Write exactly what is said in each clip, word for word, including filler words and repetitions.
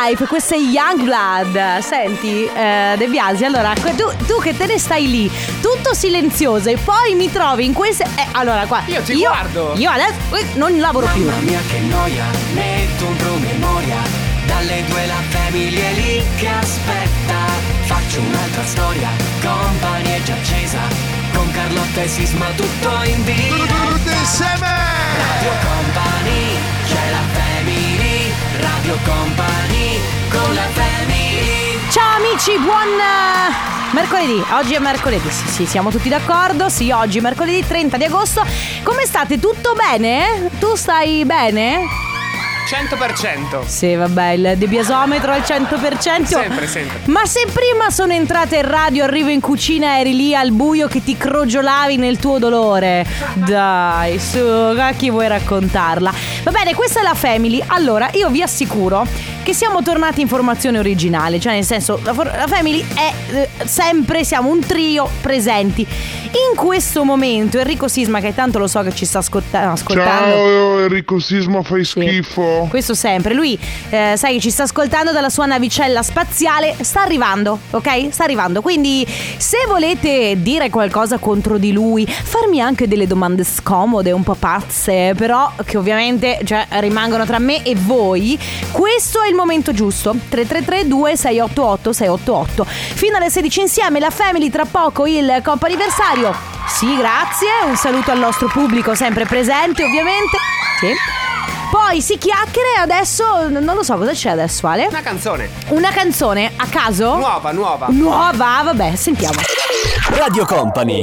Life, questo è Youngblood. Senti, eh, De Biasi, allora tu, tu che te ne stai lì tutto silenzioso e poi mi trovi in queste eh, allora qua io ti io, guardo io adesso eh, non lavoro più. Mamma mia che noia, metto un promemoria. Dalle due la famiglia è lì che aspetta. Faccio un'altra storia, Company è già accesa. Con Carlotta e Sisma tutto in diretta. Insieme Radio Company, c'è la family. Radio Company, con la family. Ciao amici, buon mercoledì. Oggi è mercoledì, sì, sì, siamo tutti d'accordo. Sì, oggi è mercoledì trenta di agosto. Come state? Tutto bene? Tu stai bene? cento per cento. Sì, vabbè, il debiasometro al cento per cento. Sempre, sempre. Ma se prima sono entrata in radio, arrivo in cucina, eri lì al buio che ti crogiolavi nel tuo dolore. Dai, su, a chi vuoi raccontarla? Va bene, questa è la Family. Allora, io vi assicuro che siamo tornati in formazione originale. Cioè, nel senso, la, for- la Family è eh, sempre, siamo un trio presenti. In questo momento Enrico Sisma, che tanto lo so che ci sta ascolta- ascoltando. Ciao Enrico Sisma, fai schifo. Sì, questo sempre. Lui eh, sai che ci sta ascoltando dalla sua navicella spaziale. Sta arrivando, ok? Sta arrivando. Quindi se volete dire qualcosa contro di lui, farmi anche delle domande scomode, un po' pazze, però che ovviamente cioè, rimangono tra me e voi, questo è il momento giusto. Tre tre tre due sei otto otto sei otto otto. Fino alle sedici insieme la Family, tra poco il comp'anniversario. Sì, grazie. Un saluto al nostro pubblico sempre presente, ovviamente. Sì. Poi si chiacchiere. Adesso non lo so cosa c'è adesso, Ale. Una canzone. Una canzone a caso? Nuova, nuova. Nuova, vabbè, sentiamo. Radio Company.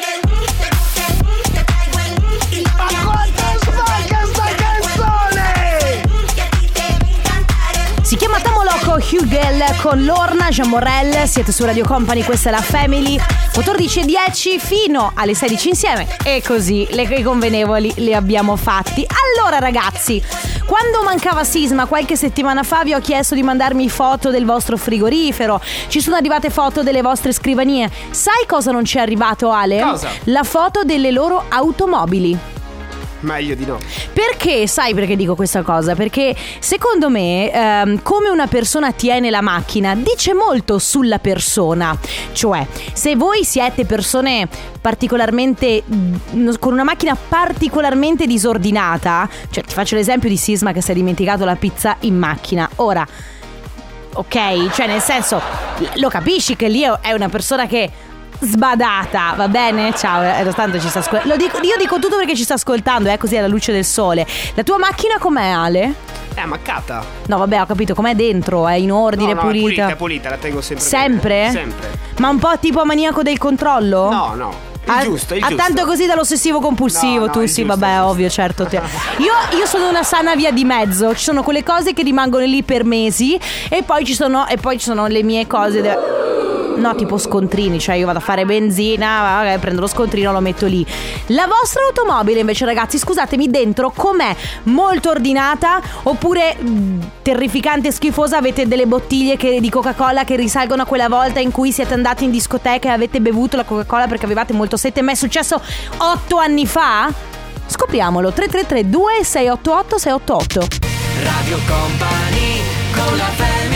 Si chiama Tamo Loco Hugel con Lorna Jamorel. Siete su Radio Company, questa è la Family. quattordici e dieci fino alle sedici insieme. E così le convenevoli le abbiamo fatti. Allora ragazzi, quando mancava Sisma qualche settimana fa vi ho chiesto di mandarmi foto del vostro frigorifero. Ci sono arrivate foto delle vostre scrivanie. Sai cosa non ci è arrivato, Ale? Cosa? La foto delle loro automobili. Meglio di no. Perché? Sai perché dico questa cosa? Perché secondo me ehm, come una persona tiene la macchina dice molto sulla persona. Cioè, se voi siete persone particolarmente con una macchina particolarmente disordinata, cioè ti faccio l'esempio di Sisma che si è dimenticato la pizza in macchina. Ora, ok, cioè nel senso, lo capisci che lì è una persona che sbadata, va bene? Ciao, eh, tanto ci sta ascoltando. Lo dico, io dico tutto perché ci sta ascoltando, è eh, così alla luce del sole. La tua macchina com'è, Ale? È ammaccata. No, vabbè, ho capito, com'è dentro? È in ordine, no, no, pulita? È pulita, è pulita, la tengo sempre. Sempre? Bene. Sempre. Ma un po' tipo maniaco del controllo? No, no. Il Ah, giusto, il ah, giusto. tanto così dall'ossessivo compulsivo. No, no, tu il sì, giusto, vabbè, il giusto. ovvio, certo te. Io, io sono una sana via di mezzo. Ci sono quelle cose che rimangono lì per mesi. E poi ci sono, e poi ci sono le mie cose de- no, tipo scontrini. Cioè io vado a fare benzina, vabbè, prendo lo scontrino, lo metto lì. La vostra automobile invece, ragazzi, scusatemi, dentro com'è? Molto ordinata? Oppure mh, terrificante e schifosa? Avete delle bottiglie che, di Coca-Cola che risalgono a quella volta in cui siete andati in discoteca e avete bevuto la Coca-Cola perché avevate molto sete? Ma è successo otto anni fa? Scopriamolo. Tre tre tre due sei otto otto sei otto otto. Radio Company, con la family.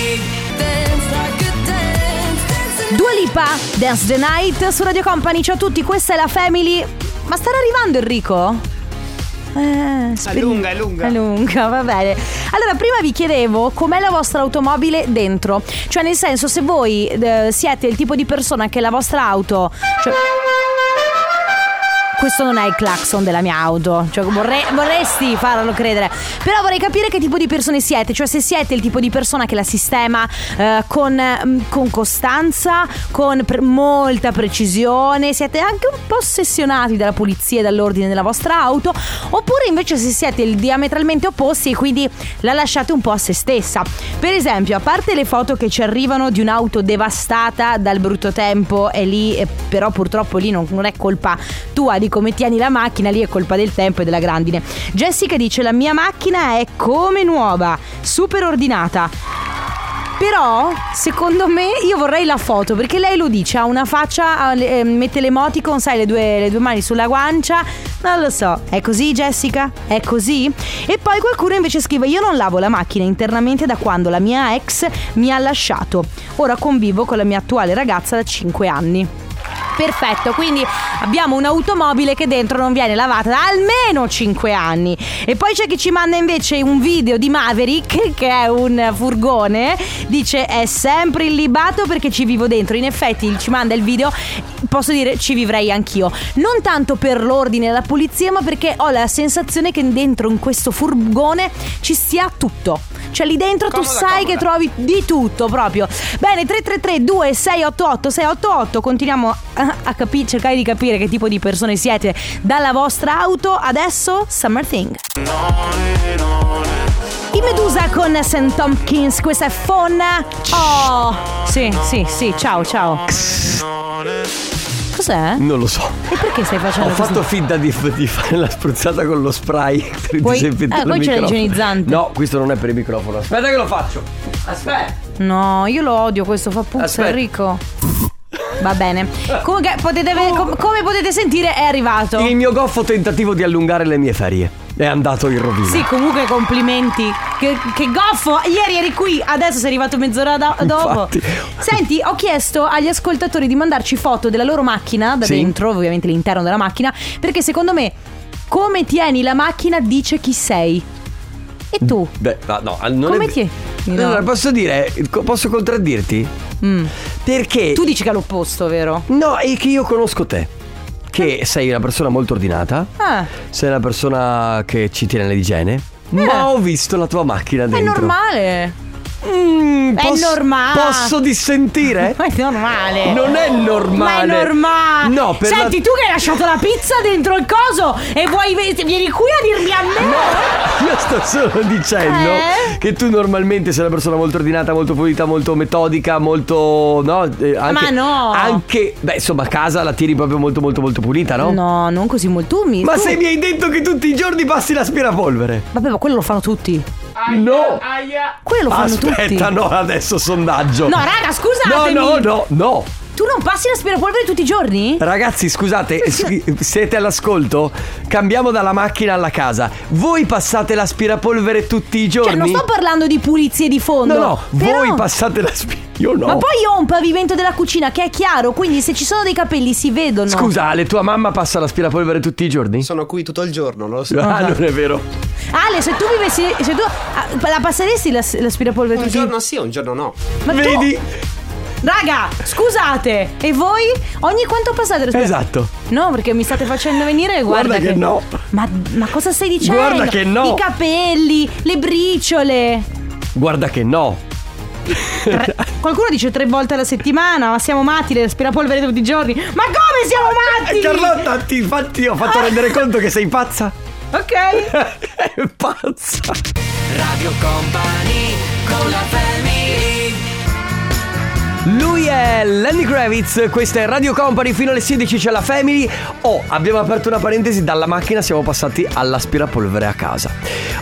Dua Lipa, Dance the Night su Radio Company. Ciao a tutti, questa è la Family. Ma starà arrivando Enrico? Eh, È lunga, è lunga. È lunga, va bene. Allora, prima vi chiedevo com'è la vostra automobile dentro. Cioè, nel senso, se voi eh, siete il tipo di persona che la vostra auto, cioè, questo non è il clacson della mia auto, cioè vorrei, vorresti farlo credere, però vorrei capire che tipo di persone siete. Cioè se siete il tipo di persona che la sistema eh, con, con costanza, con pre- molta precisione, siete anche un po' ossessionati dalla pulizia e dall'ordine della vostra auto, oppure invece se siete il diametralmente opposti e quindi la lasciate un po' a se stessa. Per esempio, a parte le foto che ci arrivano di un'auto devastata dal brutto tempo, e lì eh, però purtroppo lì non, non è colpa tua di come tieni la macchina, lì è colpa del tempo e della grandine. Jessica dice: la mia macchina è come nuova, super ordinata. Però secondo me io vorrei la foto, perché lei lo dice, ha una faccia, eh, mette l'emoticon, sai, le due, le due mani sulla guancia, Non lo so. È così, Jessica? È così? E poi qualcuno invece scrive: io non lavo la macchina internamente da quando la mia ex mi ha lasciato. Ora convivo con la mia attuale ragazza da cinque anni. Perfetto, quindi abbiamo un'automobile che dentro non viene lavata da almeno cinque anni. E poi c'è chi ci manda invece un video di Maverick, che è un furgone. Dice: è sempre illibato perché ci vivo dentro. In effetti ci manda il video. Posso dire, ci vivrei anch'io. Non tanto per l'ordine e la pulizia, ma perché ho la sensazione che dentro in questo furgone ci sia tutto. Cioè lì dentro comoda, tu sai comoda. Che trovi di tutto proprio. Bene, tre tre tre due sei otto otto sei otto otto. Continuiamo a, a capi- cercare di capire che tipo di persone siete dalla vostra auto. Adesso Summer Thing. I Medusa con Saint Tompkins. Questa è Phone. Oh, sì, sì, sì, ciao, ciao. Cos'è? Non lo so. E perché stai facendo Ho così? fatto finta di, di fare la spruzzata con lo spray per Poi, disinfettare eh, poi il c'è microfono. l'igienizzante. No, questo non è per il microfono. Aspetta che lo faccio. Aspetta. No, io lo odio, questo fa puzza, Aspetta. Enrico. Va bene. Comunque potete, com- come potete sentire è arrivato. Il mio goffo tentativo di allungare le mie ferie è andato in rovina. Sì, comunque complimenti. Che, che goffo. Ieri eri qui, adesso sei arrivato mezz'ora do- dopo. Infatti. Senti, ho chiesto agli ascoltatori di mandarci foto della loro macchina da Sì. dentro, ovviamente l'interno della macchina, perché secondo me come tieni la macchina dice chi sei. E tu? Beh, no, no, non Come è... ti- no. Allora, posso dire, posso contraddirti? Mm. Perché Tu dici che è l'opposto, vero? no, è che io conosco te. Che sei una persona molto ordinata. Ah, Sei una persona che ci tiene all'igiene. Ma ho visto la tua macchina è dentro. normale. Mm, È posso- normale. Posso dissentire? Ma è normale. Non è normale. Ma è normale. No, per Senti, la... tu che hai lasciato la pizza dentro il coso e vuoi vieni qui a dirmi a me? Io sto solo dicendo Eh? che tu normalmente sei una persona molto ordinata, molto pulita, molto metodica, molto... no? Eh, anche, Ma no. Anche, beh, insomma, casa la tieni proprio molto molto molto pulita, no? No, non così molto. Tu mi Ma tu- se mi hai detto che tutti i giorni passi l'aspirapolvere. Vabbè, ma quello lo fanno tutti. No. Quello lo fanno tutti. Aspetta, no, adesso sondaggio. No, raga, scusatemi. No, no, no, no. Tu non passi l'aspirapolvere tutti i giorni? Ragazzi, scusate, s- siete all'ascolto? Cambiamo dalla macchina alla casa. Voi passate l'aspirapolvere tutti i giorni? Cioè, non sto parlando di pulizie di fondo. No, no, però- voi passate l'aspirapolvere. Io no. Ma poi io ho un pavimento della cucina che è chiaro, quindi se ci sono dei capelli si vedono. Scusa, Ale, tua mamma passa l'aspirapolvere tutti i giorni? Sono qui tutto il giorno, non lo so. Ah, non è vero. Ale, se tu vivessi, se tu ah, la passeresti l'as- l'aspirapolvere Un tutti? giorno sì, un giorno no. Ma tu- Vedi? Raga, scusate. E voi? Ogni quanto passate l'aspirapolvere? Esatto. No, perché mi state facendo venire. Guarda, Guarda che no. Ma, ma cosa stai dicendo? Guarda che no. I capelli, le briciole. Guarda che no. Tre- Qualcuno dice tre volte alla settimana. Ma siamo matti, l'aspirapolvere tutti i giorni. Ma come siamo matti? Eh, Carlotta, ti, infatti ho fatto rendere conto che sei pazza. Ok. È pazza. Radio Company con la family. Lui è Lenny Kravitz, questa è Radio Company, fino alle sedici c'è la Family. Oh, abbiamo aperto una parentesi, dalla macchina siamo passati all'aspirapolvere a casa.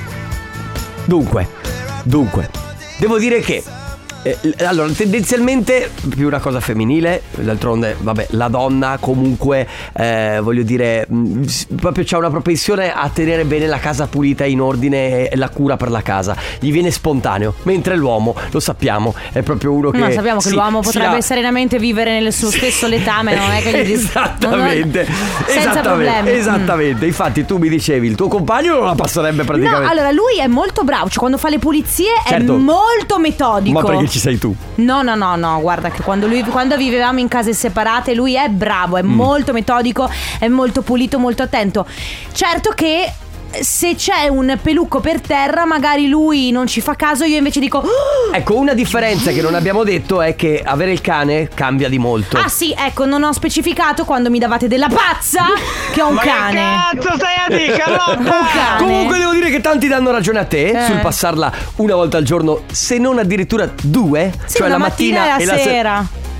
Dunque, dunque, devo dire che eh, allora, tendenzialmente più una cosa femminile. D'altronde, vabbè, la donna comunque eh, voglio dire mh, s- proprio c'ha una propensione a tenere bene la casa pulita, in ordine, e la cura per la casa gli viene spontaneo. Mentre l'uomo, lo sappiamo, è proprio uno che No, sappiamo che sì, l'uomo si potrebbe la- serenamente vivere nel suo stesso letame. Non è che gli Esattamente, non- senza esattamente, problemi. esattamente. Infatti tu mi dicevi, il tuo compagno non la passerebbe praticamente. No, allora lui è molto bravo. Cioè, quando fa le pulizie Certo. è molto metodico. Ma perché ci sei tu? No, no, no, no, guarda che quando lui quando vivevamo in case separate lui è bravo, è Mm. molto metodico, è molto pulito, molto attento. Certo che se c'è un pelucco per terra magari lui non ci fa caso, io invece dico "Oh!" Ecco, una differenza che non abbiamo detto è che avere il cane cambia di molto. Ah sì, ecco, non ho specificato quando mi davate della pazza che ho un cane. Cazzo stai a dire, Carlotta? Un cane. Comunque devo dire che tanti danno ragione a te Eh. sul passarla una volta al giorno, se non addirittura due, Sì, cioè la la mattina mattina e la se- sera.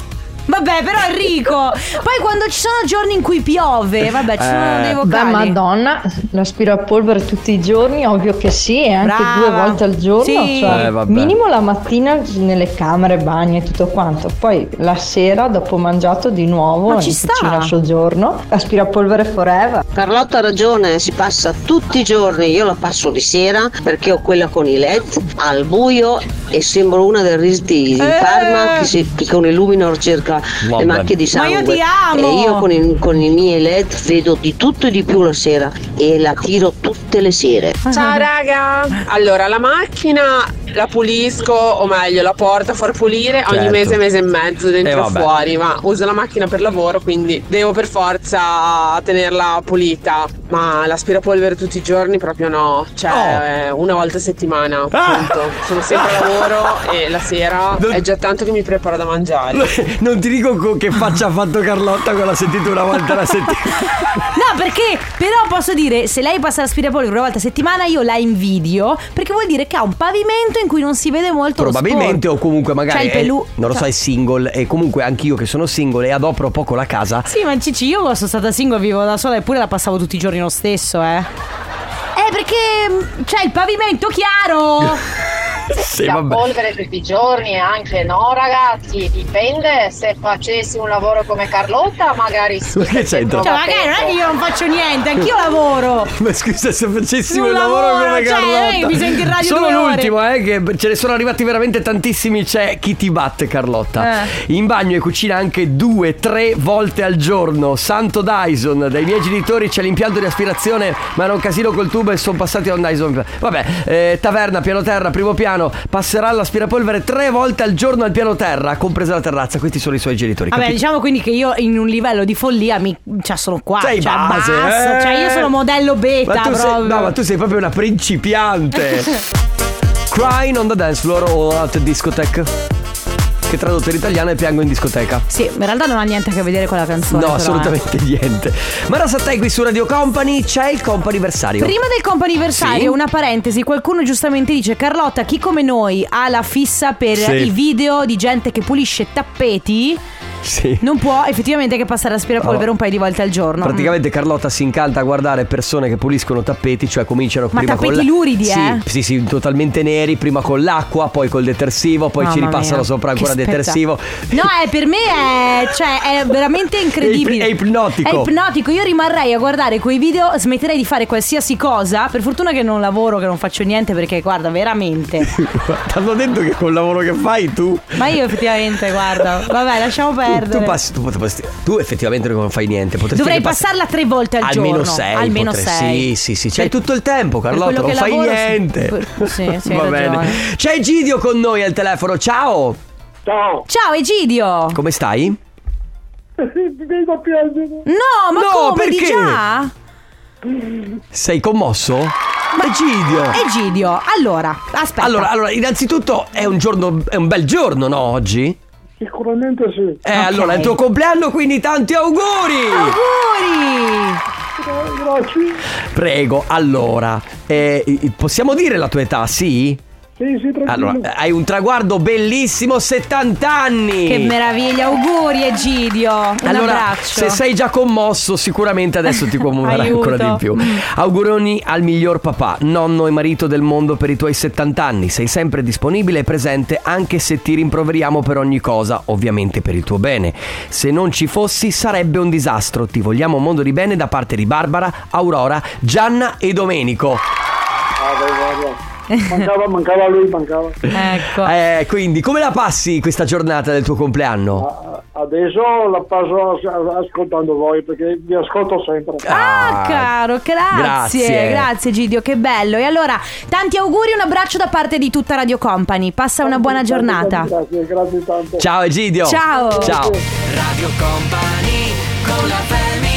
Vabbè, però Enrico, poi quando ci sono giorni in cui piove, vabbè, ci sono Eh. dei Beh, vocali. madonna, l'aspirapolvere tutti i giorni, ovvio che sì, e anche Brava. due volte al giorno, Sì. cioè, Eh, vabbè. minimo la mattina nelle camere, bagni e tutto quanto, poi la sera dopo mangiato di nuovo Ma ci in sta. cucina a soggiorno, aspirapolvere forever. Carlotta ha ragione, si passa tutti i giorni, io la passo di sera perché ho quella con i led al buio e sembro una del R I S di, di Eh. Parma che, si, che con il Luminor cerca Vabbè. le macchie di Ma sangue. io ti amo! E io con i, con i miei led vedo di tutto e di più la sera e la tiro tutte le sere. Ciao raga, allora la macchina la pulisco, o meglio la porto a far pulire ogni Certo. mese, mese e mezzo, dentro Eh, e vabbè. fuori, ma uso la macchina per lavoro, quindi devo per forza tenerla pulita, ma l'aspirapolvere tutti i giorni proprio no, cioè Oh. eh, una volta a settimana, Ah. appunto. Sono sempre a lavoro e la sera Non- è già tanto che mi preparo da mangiare. Non ti dico co- che faccia ha fatto Carlotta quando l'ha sentito una volta alla settimana. No, perché però posso dire, se lei passa l'aspirapolvere una volta a settimana, io la invidio, perché vuol dire che ha un pavimento in cui non si vede molto lo Probabilmente, sporco. o comunque magari C'è il è- pelu- non lo so, è single. E comunque anch'io che sono single e adopero poco la casa. Sì, ma Cici, io sono stata single, vivo da sola, eppure la passavo tutti i giorni lo stesso, eh. Eh, perché mh, c'è il pavimento chiaro. Sì, vabbè. Polvere tutti i giorni anche no ragazzi, dipende, se facessi un lavoro come Carlotta magari sì. Ma che c'entra? Cioè, magari non è che io non faccio niente, anch'io lavoro. Ma scusa, se facessimo Un il lavoro lavoro, come cioè, Carlotta. non è che mi senti in radio Solo due ore. l'ultimo, eh, che ce ne sono arrivati veramente tantissimi. C'è chi ti batte, Carlotta. Eh. In bagno e cucina anche due, tre volte al giorno. Santo Dyson. Dai miei genitori c'è l'impianto di aspirazione, ma era un casino col tubo e sono passati a un Dyson. Vabbè, eh, taverna, piano terra, primo piano. Passerà l'aspirapolvere tre volte al giorno al piano terra, compresa la terrazza. Questi sono i suoi genitori. Vabbè, capito? diciamo quindi che io in un livello di follia mi, cioè sono qua, Sei cioè base, basta, eh. cioè io sono modello beta Ma tu sei, proprio. no, ma tu sei proprio una principiante. Crying on the dance floor o at discotheque, che tradotto in italiano è piango in discoteca. Sì, in realtà non ha niente a che vedere con la canzone. No, però, assolutamente niente. Mara Sattei qui su Radio Company. C'è il comp'anniversario. Prima del comp'anniversario, Sì. una parentesi, qualcuno giustamente dice: Carlotta, chi come noi ha la fissa per Sì. i video di gente che pulisce tappeti, Sì. non può effettivamente che passare l'aspirapolvere No. un paio di volte al giorno. Praticamente Carlotta si incanta a guardare persone che puliscono tappeti, cioè cominciano Ma prima tappeti con la- luridi, sì, eh? Sì, sì, totalmente neri, prima con l'acqua, poi col detersivo, poi ci Mamma ripassano mia, sopra che ancora spetta- detersivo. No, è, per me è, cioè, è veramente incredibile. È ip- è ipnotico. È ipnotico. Io rimarrei a guardare quei video, smetterei di fare qualsiasi cosa. Per fortuna che non lavoro, che non faccio niente, perché guarda, veramente. T'hanno detto che col lavoro che fai tu. Ma io effettivamente, guarda, vabbè, lasciamo Tu, perdere. tu passi, tu, potresti- tu effettivamente non fai niente. Potresti Dovrei anche pass- passarla tre volte al almeno giorno. sei. Almeno potresti- sei. Sì, sì, sì. C'hai Per- tutto il tempo, per Carlotta. quello Non che fai lavoro, sì. niente. Per- sì, sì, Va hai bene. ragione. C'è Egidio con noi al telefono. Ciao. Ciao. Ciao Egidio. Come stai? Vengo a piangere. No, ma No, come di perché? già? Sei commosso? Egidio. Egidio, allora, aspetta. Allora, allora, innanzitutto è un giorno, è un bel giorno, no, oggi? Sicuramente sì. Eh, allora, è il tuo compleanno, quindi tanti auguri! Auguri! Grazie. Prego, allora, eh, possiamo dire la tua età, sì? Sì, sì, tranquillo. Allora, hai un traguardo bellissimo, settanta anni! Che meraviglia, auguri Egidio. Un Allora, abbraccio. se sei già commosso, sicuramente adesso ti commuoverai Aiuto. ancora di più. Auguroni al miglior papà, nonno e marito del mondo per i tuoi settanta anni. Sei sempre disponibile e presente, anche se ti rimproveriamo per ogni cosa, ovviamente per il tuo bene. Se non ci fossi sarebbe un disastro. Ti vogliamo un mondo di bene da parte di Barbara, Aurora, Gianna e Domenico. Ah, vai, vai, vai. Mancava, mancava lui, mancava. Ecco. Eh, quindi come la passi questa giornata del tuo compleanno? Adesso la passo as- ascoltando voi perché vi ascolto sempre. Ah, caro, grazie. grazie. Grazie Egidio, che bello. E allora, tanti auguri e un abbraccio da parte di tutta Radio Company. Passa una buona giornata. Grazie, grazie tanto. Ciao Egidio. Ciao. Ciao. Radio Company con la family.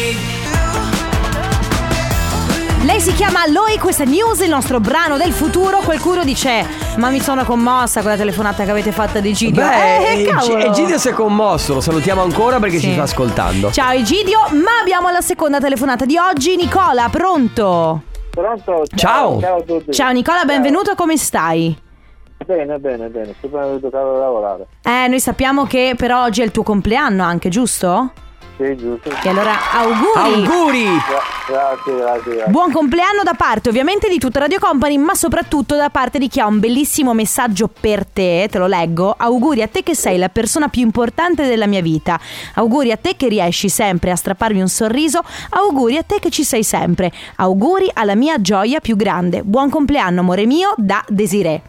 Lei si chiama Loi, questa è News, il nostro brano del futuro. Qualcuno dice: ma mi sono commossa con la telefonata che avete fatto ad Egidio. Beh, eh, Egi- cavolo. Egidio si è commosso, lo salutiamo ancora perché Sì. ci sta ascoltando. Ciao Egidio, ma abbiamo la seconda telefonata di oggi. Nicola, pronto? Pronto? Ciao. Ciao a tutti. Ciao Nicola, benvenuto, come stai? bene, bene, bene. Sto appena toccato a lavorare. Eh, noi sappiamo che però oggi è il tuo compleanno anche, giusto? Sì, giusto. E allora auguri. Auguri. Gra- grazie, grazie, grazie. Buon compleanno da parte ovviamente di tutta Radio Company, ma soprattutto da parte di chi ha un bellissimo messaggio per te. Te lo leggo. Auguri a te che sei la persona più importante della mia vita. Auguri a te che riesci sempre a strapparmi un sorriso. Auguri a te che ci sei sempre. Auguri alla mia gioia più grande. Buon compleanno amore mio, da Desiree.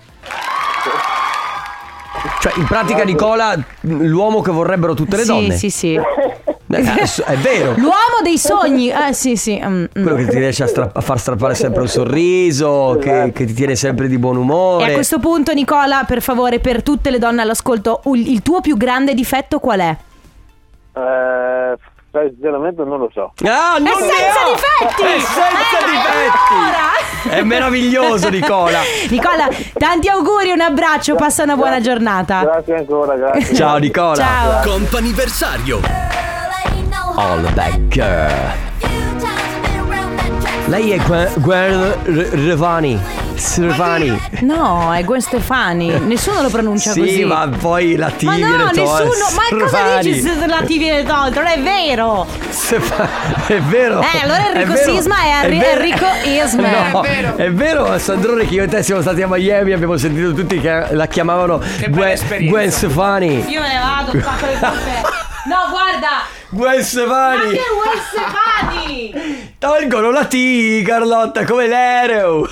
Cioè, in pratica, Nicola, l'uomo che vorrebbero tutte le sì, donne. Sì, sì, eh, È vero. L'uomo dei sogni. Eh sì, sì. Mm, Quello che ti riesce a, stra- a far strappare sempre un sorriso, che, che ti tiene sempre di buon umore. E a questo punto, Nicola, per favore, per tutte le donne all'ascolto, il tuo più grande difetto qual è? Eh, sinceramente non lo so. Ah, non è senza difetti! È senza eh, difetti! Allora. È meraviglioso, Nicola. Nicola, tanti auguri, un abbraccio, passa una buona giornata. Grazie ancora, grazie. Ciao Nicola. Ciao. Comp'anniversario. All back girl. Lei è Gwen, Gwen Revani. Revani. No, è Gwen Stefani. Nessuno lo pronuncia sì, così. Sì, ma poi la T ma viene no, tolta. nessuno. Ma cosa dici se la T viene tolta? Non è vero. Se fa... È vero. Eh, allora Enrico è Sisma è, Arri- è Enrico Isma. No, è vero. È vero, Sandrone, che io e te siamo stati a Miami. Abbiamo sentito tutti che la chiamavano Gwen, Gwen Stefani. Io me ne vado, ho fatto le colpe. No, guarda. Gwen Stefani. Ma che Gwen Stefani? Tolgono la T, Carlotta, come l'aereo.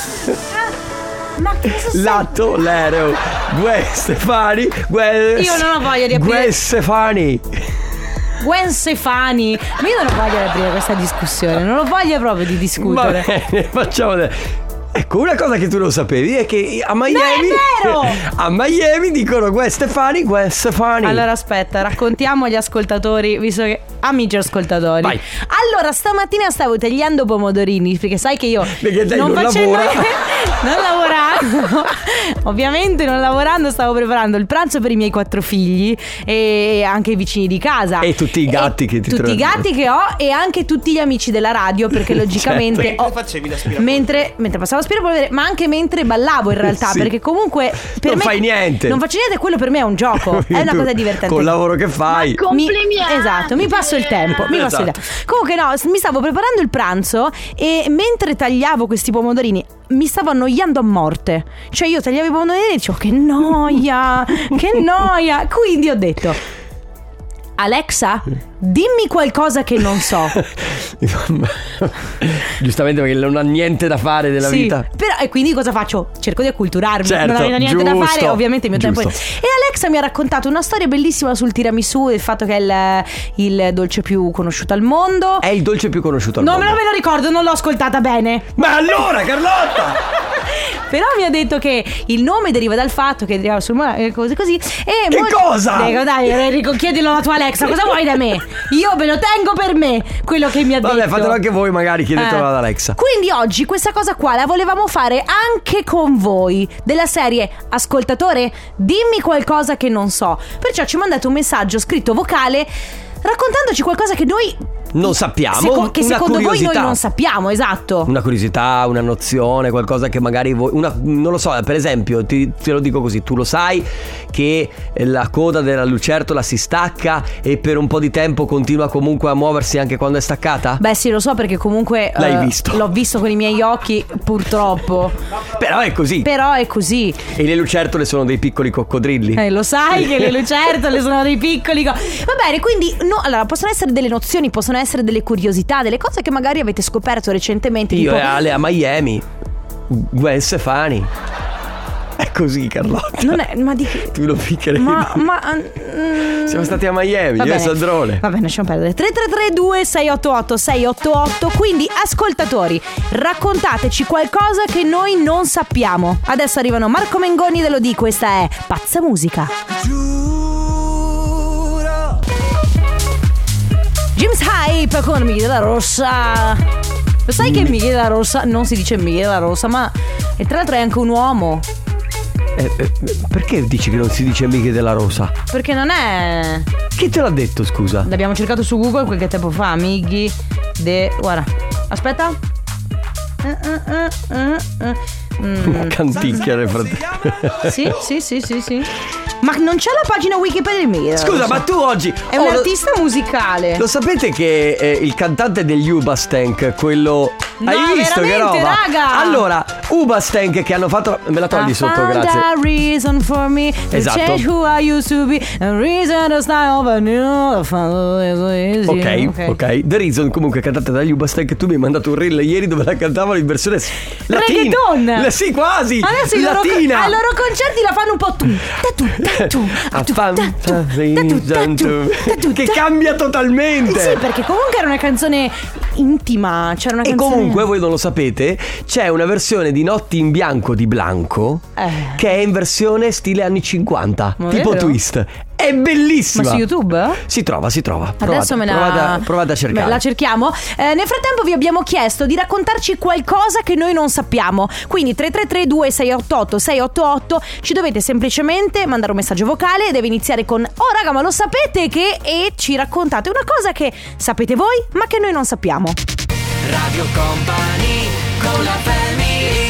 Ma che cosa sei? L'atto, l'aereo. Gwen Stefani. Gwen... Io non ho voglia di aprire. Gwen Stefani. Gwen Stefani. Ma io non ho voglia di aprire questa discussione. Non ho voglia proprio di discutere. Va bene, facciamo. Ecco, una cosa che tu non sapevi è che a Miami, no, è vero! a Miami dicono Gwen Stefani, Gwen Stefani. Allora aspetta, raccontiamo agli ascoltatori, visto che amici ascoltatori. Vai. Allora stamattina stavo tagliando pomodorini, perché sai che io perché non, non facendo lavora. non lavorando, ovviamente non lavorando, stavo preparando il pranzo per i miei quattro figli e anche i vicini di casa e tutti i gatti e che ti tutti trovi. i gatti che ho e anche tutti gli amici della radio, perché logicamente certo. ho, facevi l'aspirapolvere? mentre mentre passavo l'aspirapolvere, ma anche mentre ballavo in realtà, Sì. perché comunque per non me fai niente. non faccio niente, quello per me è un gioco, è una Tu, cosa divertente. Col lavoro che fai. Mi, esatto, mi passo il tempo, mi passo il tempo. Comunque no, mi stavo preparando il pranzo e mentre tagliavo questi pomodorini mi stavo annoiando a morte. Cioè io tagliavo i pomodorini e dicevo che noia, che noia. Quindi ho detto: Alexa, dimmi qualcosa che non so. Giustamente, perché non ha niente da fare della sì, vita. Però, e quindi cosa faccio? Cerco di acculturarmi. Certo, non avendo niente giusto, da fare, ovviamente il mio giusto. tempo è... E Alexa mi ha raccontato una storia bellissima sul tiramisù, il fatto che è il, il dolce più conosciuto al mondo. È il dolce più conosciuto al no, mondo. Non me lo ricordo, non l'ho ascoltata bene. Ma allora, Carlotta! Però mi ha detto che il nome deriva dal fatto che deriva sul mare, cose così. E che molti... cosa? Dico, dai Enrico, chiedilo alla tua Alexa, cosa vuoi da me? Io me lo tengo per me, quello che mi ha Vabbè, detto. fatelo anche voi, magari chiedetelo Eh. ad Alexa. Quindi oggi questa cosa qua la volevamo fare anche con voi, della serie ascoltatore, dimmi qualcosa che non so. Perciò ci mandate un messaggio scritto vocale raccontandoci qualcosa che noi non sappiamo, seco- che una secondo curiosità. voi noi non sappiamo, esatto. Una curiosità, una nozione, qualcosa che magari voi una, non lo so, per esempio, ti, te lo dico così, tu lo sai che la coda della lucertola si stacca e per un po' di tempo continua comunque a muoversi anche quando è staccata? Beh sì, lo so, perché comunque L'hai eh, visto. l'ho visto con i miei occhi, purtroppo. Però è così. Però è così. E le lucertole sono dei piccoli coccodrilli. Eh, lo sai che le lucertole sono dei piccoli co- Va bene, quindi no, allora possono essere delle nozioni, possono essere delle curiosità, delle cose che magari avete scoperto recentemente. Io tipo... e Ale a Miami, Gwen Stefani. È così, Carlotta. Non è, ma di che? Tu lo piccherei. Ma, ma mm, Siamo stati a Miami, va io e bene. Sandrone. Va bene, lasciamo perdere. Tre tre tre due sei otto otto sei otto otto. Quindi ascoltatori, raccontateci qualcosa che noi non sappiamo. Adesso arrivano Marco Mengoni dello D. Questa è Pazza Musica. James Hype con Michele La Rossa. Lo sai che Michele La Rossa non si dice Michele La Rossa, ma e tra l'altro è anche un uomo. Eh, eh, perché dici che non si dice Miche della Rosa? Perché non è... Chi te l'ha detto, scusa? L'abbiamo cercato su Google qualche tempo fa. Mighi de... Guarda, aspetta. Mm. Canticchia nel frattempo. Sì, sì, sì, sì, sì. Ma non c'è la pagina Wikipedia mia. Scusa, ma tu oggi è oh, un lo... artista musicale. Lo sapete che eh, il cantante degli Ubastank, quello no, hai visto che roba? Raga. Allora, Ubastank che hanno fatto me la togli I sotto, grazie. A reason for me to esatto. change who I used to be. A reason to style of a new. Ok, ok, ok. The Reason, comunque cantata dagli Ubastank. Tu mi hai mandato un reel ieri dove la cantavano in versione latina. Reggaeton. La, sì, quasi. Adesso latina. I loro, ai loro concerti la fanno un po' tu. Che cambia totalmente. Sì, perché comunque era una canzone intima. C'era una e canzone... comunque voi non lo sapete, c'è una versione di Notti in bianco di Blanco eh. che è in versione stile anni cinquanta. Ma tipo vero? Twist. È bellissima. Ma su YouTube? Si trova, si trova. Provate, adesso me la provate a, provate a cercare. Me la cerchiamo. eh, Nel frattempo vi abbiamo chiesto di raccontarci qualcosa che noi non sappiamo. Quindi tre tre tre due sei otto otto sei otto otto. Ci dovete semplicemente mandare un messaggio vocale. Deve iniziare con: oh raga, ma lo sapete che... E ci raccontate una cosa che sapete voi ma che noi non sappiamo. Radio Company con la family.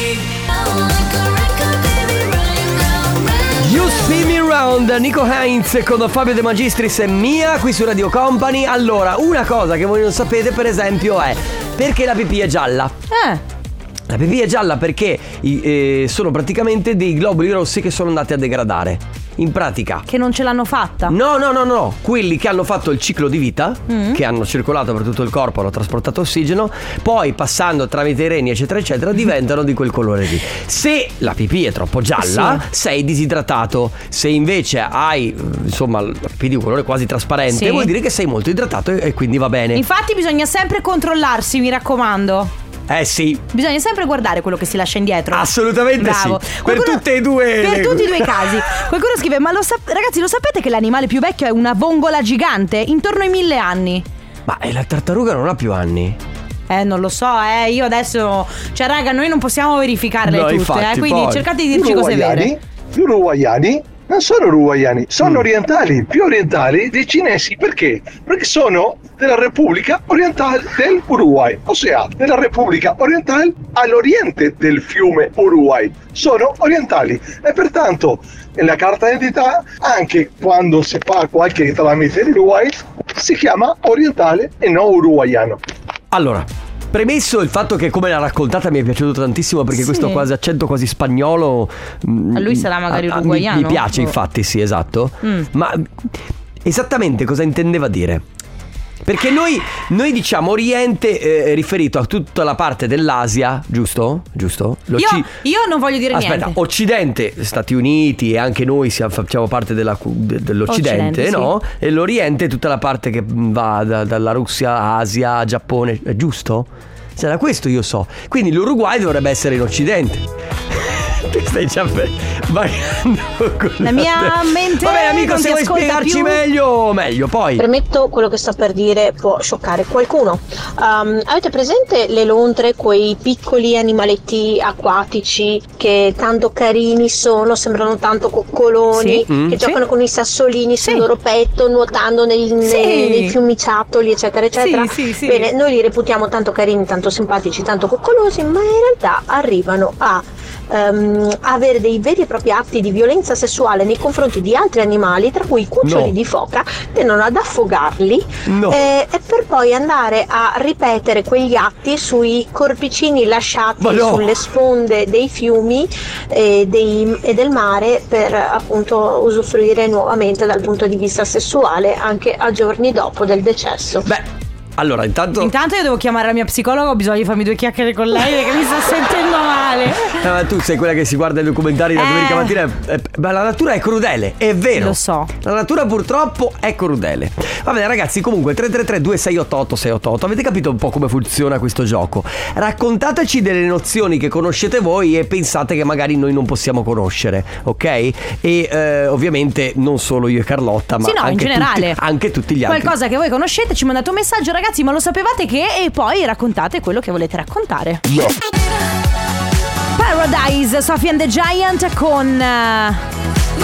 You Spin Me Round, Nico Heinz con Fabio De Magistris e Mia qui su Radio Company. Allora, una cosa che voi non sapete per esempio è perché la pipì è gialla. Eh La pipì è gialla perché eh, sono praticamente dei globuli rossi che sono andati a degradare. In pratica che non ce l'hanno fatta. No, no, no, no. Quelli che hanno fatto il ciclo di vita, mm. che hanno circolato per tutto il corpo, hanno trasportato ossigeno, poi passando tramite i reni eccetera eccetera diventano di quel colore lì. Se la pipì è troppo gialla, sì. sei disidratato. Se invece hai insomma la pipì di un colore quasi trasparente, sì. vuol dire che sei molto idratato e, e quindi va bene. Infatti bisogna sempre controllarsi, mi raccomando. Eh sì. Bisogna sempre guardare quello che si lascia indietro. Assolutamente. Bravo. Sì. Qualcuno, per tutte e due. Per le... tutti e due i casi. Qualcuno scrive: ma lo sap- ragazzi, lo sapete che l'animale più vecchio è una vongola gigante? Intorno ai mille anni. Ma la tartaruga non ha più anni? Eh non lo so, eh io adesso. Cioè raga, noi non possiamo verificarle no, tutte infatti, eh, quindi poi. cercate di dirci cose vere. Gli uruguayani non sono uruguayani, sono mm. orientali, più orientali dei cinesi. Perché? Perché sono della Repubblica Orientale del Uruguay, ossia della Repubblica Orientale all'oriente del fiume Uruguay. Sono orientali e pertanto nella carta d'identità, anche quando si fa qualche tramite in Uruguay, si chiama orientale e non uruguayano. Allora, premesso il fatto che come l'ha raccontata mi è piaciuto tantissimo perché sì. questo quasi accento quasi spagnolo a lui sarà magari a, uruguaiano. Mi, mi piace oh. infatti, sì, esatto. Mm. Ma esattamente cosa intendeva dire? Perché noi, noi diciamo Oriente eh, riferito a tutta la parte dell'Asia, giusto? Giusto? Io, io non voglio dire Aspetta, niente. Occidente, Stati Uniti e anche noi siamo, facciamo parte della, de, dell'Occidente, Occidente, no? Sì. E l'Oriente è tutta la parte che va da, dalla Russia, Asia, Giappone, è giusto? Se da questo io so. Quindi l'Uruguay dovrebbe essere in Occidente. Ti stai già magando con la mia mente. Vabbè amico, se vuoi spiegarci più. meglio meglio poi. Premetto, quello che sto per dire può scioccare qualcuno. um, Avete presente le lontre, quei piccoli animaletti acquatici che tanto carini sono, sembrano tanto coccoloni, sì. mm, che sì. giocano con i sassolini sul sì. loro petto, nuotando nei, sì. nei, nei fiumiciattoli eccetera eccetera. Sì, sì, sì. Bene, noi li reputiamo tanto carini, tanto simpatici, tanto coccolosi, ma in realtà arrivano a Um, avere dei veri e propri atti di violenza sessuale nei confronti di altri animali, tra cui i cuccioli no. di foca, tendono ad affogarli no. eh, e per poi andare a ripetere quegli atti sui corpicini lasciati no. sulle sponde dei fiumi e, dei, e del mare per appunto usufruire nuovamente dal punto di vista sessuale anche a giorni dopo del decesso. Beh, allora intanto Intanto io devo chiamare la mia psicologa, ho bisogno di farmi due chiacchiere con lei perché mi sto sentendo male. No, tu sei quella che si guarda i documentari la eh. domenica mattina eh, ma la natura è crudele, è vero. Lo so. La natura purtroppo è crudele. Va bene ragazzi, comunque tre tre tre due sei otto otto sei otto otto. Avete capito un po' come funziona questo gioco? Raccontateci delle nozioni che conoscete voi e pensate che magari noi non possiamo conoscere, ok? E eh, ovviamente non solo io e Carlotta, ma sì, no, anche, in generale, tutti, anche tutti gli altri. Qualcosa che voi conoscete, ci mandate un messaggio ragazzi, ma lo sapevate che? E poi raccontate quello che volete raccontare. No. Paradise, Sophie and the Giant con uh...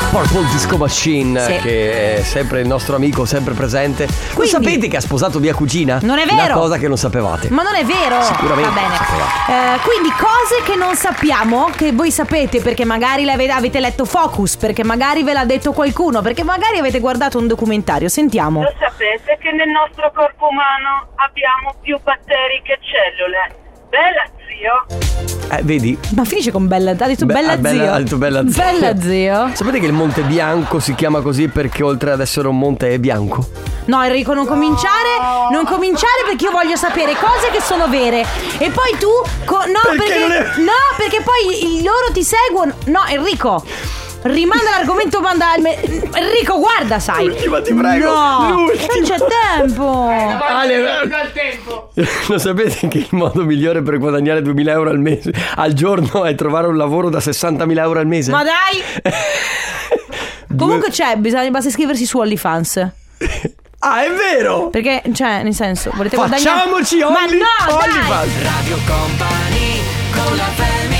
Purple Disco Machine, Sì. che è sempre il nostro amico, sempre presente. Lo Quindi- sapete che ha sposato mia cugina? Non è vero. Una cosa che non sapevate. Ma non è vero. Sicuramente Va bene. non sapevate. Eh, quindi cose che non sappiamo, che voi sapete perché magari le ave- avete letto Focus, perché magari ve l'ha detto qualcuno, perché magari avete guardato un documentario. Sentiamo. Lo sapete che nel nostro corpo umano abbiamo più batteri che cellule? Bella, zio. Eh, vedi? Ma finisce con bella. Ha detto Be- bella ah, zio. bella- ha detto bella zio. Bella zio. Sapete che il Monte Bianco si chiama così perché oltre ad essere un monte è bianco? No, Enrico, non cominciare. Non cominciare perché io voglio sapere cose che sono vere. E poi tu. co- no, Perché perché. non è- No, perché poi i- loro ti seguono. No, Enrico. Rimanda l'argomento, manda il me- Enrico, guarda, sai. L'ultima, ti prego. No, L'ultima. non c'è tempo. Ale, lo sapete che il modo migliore per guadagnare duemila euro al mese al giorno è trovare un lavoro da sessantamila euro al mese? Ma dai. Comunque c'è, bisogna basta iscriversi su OnlyFans. Ah, è vero! Perché, cioè, nel senso, volete guadagnare. Facciamoci Ma Only- no, dai. OnlyFans. Radio Company con la family.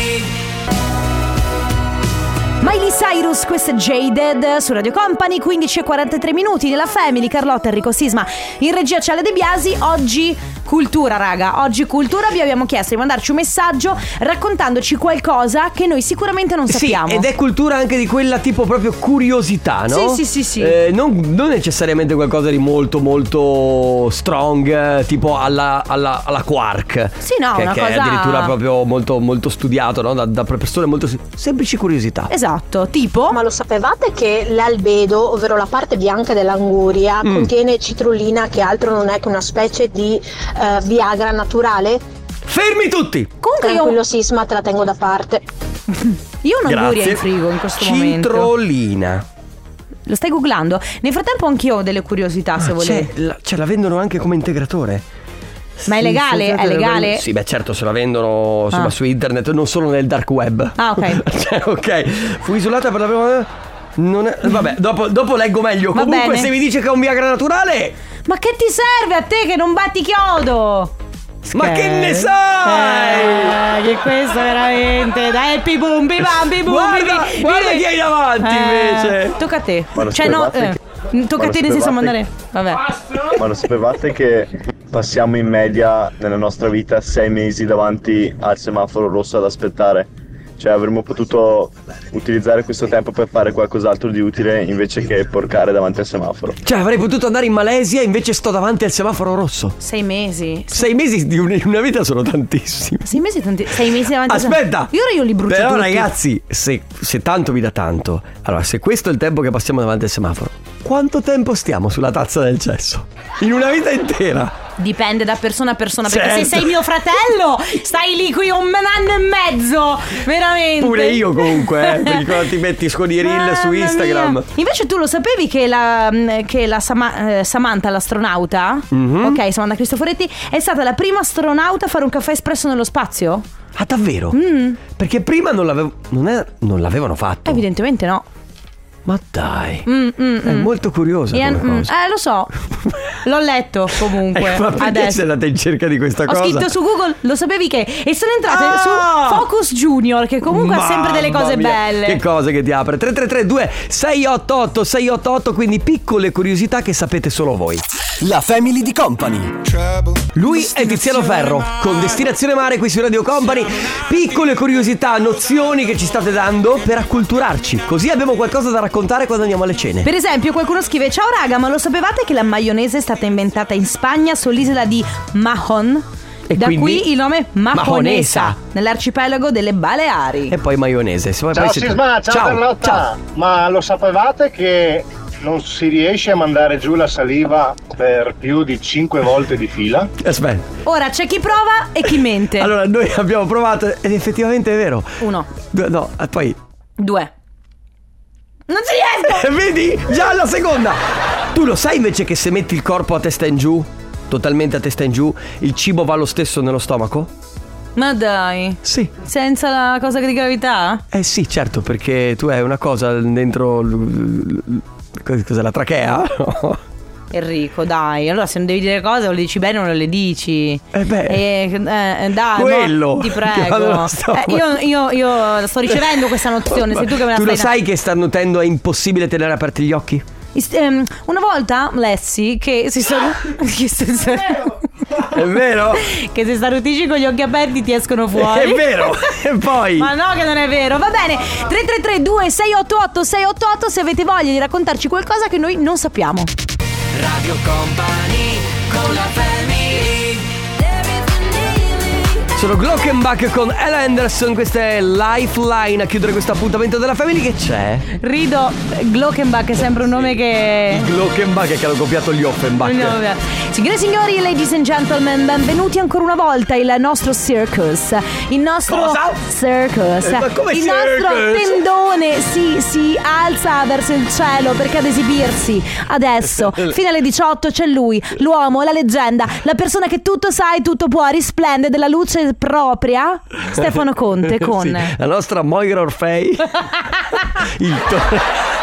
Miley Cyrus, questo è Jaded su Radio Company, quindici e quarantatré minuti nella Family, Carlotta, Enrico Sisma, in regia Ciale De Biasi. Oggi cultura, raga, oggi cultura. Vi abbiamo chiesto di mandarci un messaggio raccontandoci qualcosa che noi sicuramente non sappiamo. Sì, ed è cultura anche di quella tipo proprio curiosità, no? Sì, sì, sì, sì. Eh, non, non necessariamente qualcosa di molto molto strong, eh, tipo alla, alla, alla Quark. Sì, no, che, una che è cosa- addirittura proprio molto, molto studiato, no? Da, da persone molto semplici curiosità. Esatto, tipo. Ma lo sapevate che l'albedo, ovvero la parte bianca dell'anguria, Mm. contiene citrulina, che altro non è che una specie di eh, Viagra naturale? Fermi tutti! Comunque io, Tranquillo Sisma, te la tengo da parte. io ho un'anguria Grazie. in frigo in questo momento. Citrolina. Lo stai googlando? Nel frattempo anch'io ho delle curiosità, se Ah, volete. c'è, la, ce la vendono anche come integratore. Ma è legale? È legale? Sì, beh, certo, se la vendono insomma, Ah. su internet, non solo nel dark web. Ah, ok. Cioè, ok. Fu isolata per la prima. Non è... Vabbè, dopo, dopo leggo meglio. Va Comunque, bene. se mi dice che è un Viagra naturale. Ma che ti serve a te che non batti chiodo? Ma che ne sai? Eh, che questo veramente. Dai, pi bum, pi bam, pi bum, Guarda, pi- pi- guarda pi- chi hai davanti, invece. Tocca a te. Ma lo Cioè, no, sapevate eh, che- tocca ma a te lo nel senso sapevate mandare. Vabbè. Ma lo sapevate che passiamo in media nella nostra vita sei mesi davanti al semaforo rosso ad aspettare? Cioè avremmo potuto utilizzare questo tempo per fare qualcos'altro di utile invece che porcare davanti al semaforo. Cioè, avrei potuto andare in Malesia, invece sto davanti al semaforo rosso. Sei mesi. Sei mesi di un- una vita sono tantissimi. Sei mesi tanti. Sei mesi davanti a- Aspetta! Io ora io li brucio Però tutti. ragazzi, se, se tanto vi dà tanto, allora se questo è il tempo che passiamo davanti al semaforo, quanto tempo stiamo sulla tazza del cesso? In una vita intera. Dipende da persona a persona. Perché Certo. se sei mio fratello, stai lì qui un anno e mezzo. Veramente. Pure io comunque, eh, perché quando ti metti con i reel su Mamma Instagram. mia. Invece tu lo sapevi che la, che la Sama- eh, Samantha, l'astronauta, Mhm. ok, Samantha Cristoforetti, è stata la prima astronauta a fare un caffè espresso nello spazio? Ah, davvero? Mm. Perché prima non, l'avevo, non, è- non l'avevano fatto. Evidentemente no. Ma dai, Mm, mm, è mm. molto curiosa E- come mm, cosa. Eh, lo so. L'ho letto comunque. Ecco, ma perché adesso. sei andata in cerca di questa Ho cosa? scritto su Google, lo sapevi che? E sono entrate Ah! su Focus Junior, che comunque ha sempre delle Mamma cose mia, belle. Che cose che ti apre. Tre tre tre due sei otto otto sei otto otto, quindi piccole curiosità che sapete solo voi. La Family di Company. Lui è Tiziano Ferro con Destinazione Mare qui su Radio Company. Piccole curiosità, nozioni che ci state dando per acculturarci. Così abbiamo qualcosa da raccontare quando andiamo alle cene. Per esempio, qualcuno scrive: ciao raga, ma lo sapevate che la maionese è stata inventata in Spagna sull'isola di Mahon? E Da quindi? qui il nome Majonesa, Majonesa. nell'arcipelago delle Baleari. E poi maionese. Se poi Ciao poi siete- Sisma, ciao, Carlotta. ciao. Ma lo sapevate che non si riesce a mandare giù la saliva per più di cinque volte di fila? Aspetta. Ora c'è chi prova e chi mente. Allora, noi abbiamo provato ed effettivamente è vero. Uno, Due- No, eh, poi. due. Non ci riesco! Vedi? Già alla seconda. Tu lo sai invece che se metti il corpo a testa in giù, totalmente a testa in giù, il cibo va lo stesso nello stomaco? Ma dai. Sì. Senza la cosa di gravità? Eh sì, certo, perché tu hai una cosa dentro l- l- l- cos'è la trachea? Enrico, dai. Allora se non devi dire cose o le dici bene o non le dici. Eh beh. Eh, eh, dai, Quello. mo, ti Che prego. vado, sto- Eh, io, io, io sto ricevendo questa nozione. Sei tu che me la Tu stai lo sai che starnutendo è impossibile tenere aperti gli occhi? Ist- ehm, una volta lessi che si sono che si sono- È vero? che se starnutisci con gli occhi aperti ti escono fuori. È vero. E poi Ma no, che non è vero. Va bene. tre tre tre due sei otto otto sei otto otto se avete voglia di raccontarci qualcosa che noi non sappiamo. Radio Company con la family. sono Glockenbach con Ella Anderson. Questa è Lifeline a chiudere questo appuntamento della Family. Che c'è? Rido. Glockenbach è sempre un nome che Glockenbach è che hanno copiato gli Offenbach. No, vabbè. Signore e signori, ladies and gentlemen, benvenuti ancora una volta il nostro circus. Il nostro Cosa? circus. Eh, ma come il circus? nostro tendone si, si alza verso il cielo perché ad esibirsi. Adesso, fino alle diciotto, c'è lui, l'uomo, la leggenda, la persona che tutto sa e tutto può, risplende della luce propria. Stefano Conte con Sì, la nostra Moira Orfei. Il to-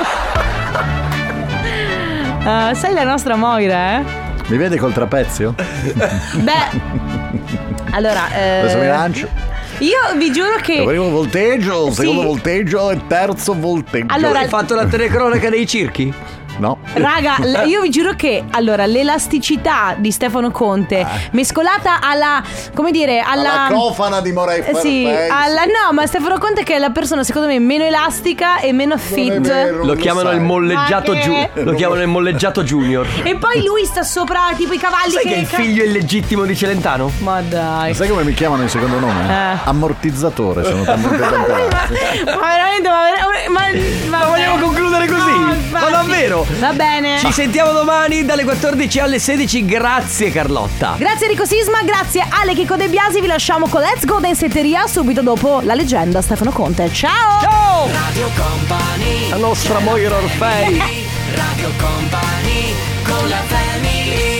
Uh, sei la nostra Moira, eh? Mi vede col trapezio? Beh, allora eh, Adesso mi lancio. io vi giuro che Il primo volteggio, il Sì. secondo volteggio e il terzo volteggio. Allora- Hai fatto la telecronaca dei circhi? No. raga, l- io vi giuro che allora l'elasticità di Stefano Conte mescolata alla, come dire, alla, Alla cofana di Moray Eh, sì, Fairfax. alla no, ma Stefano Conte che è la persona secondo me meno elastica e meno fit. vero. Lo lo chiamano sai. il molleggiato Ma giù. che- Lo chiamano il molleggiato junior. E poi lui sta sopra tipo i cavalli Sai che che è il figlio illegittimo di Celentano? Ma dai. Sai come mi chiamano in secondo nome? Eh. Ammortizzatore, sono talmente temperati. Ma veramente, ma, ver- ma, ma, Ma vogliamo concludere così? No, Ma infatti. davvero? Va bene. Ci sentiamo domani dalle quattordici alle sedici. Grazie Carlotta. Grazie Enrico Sisma, grazie Ale Chico De Biasi. Vi lasciamo con Let's Go Densetteria subito dopo la leggenda Stefano Conte. Ciao! Ciao! Radio Company. La nostra Moira Orfei. Radio Company con la family.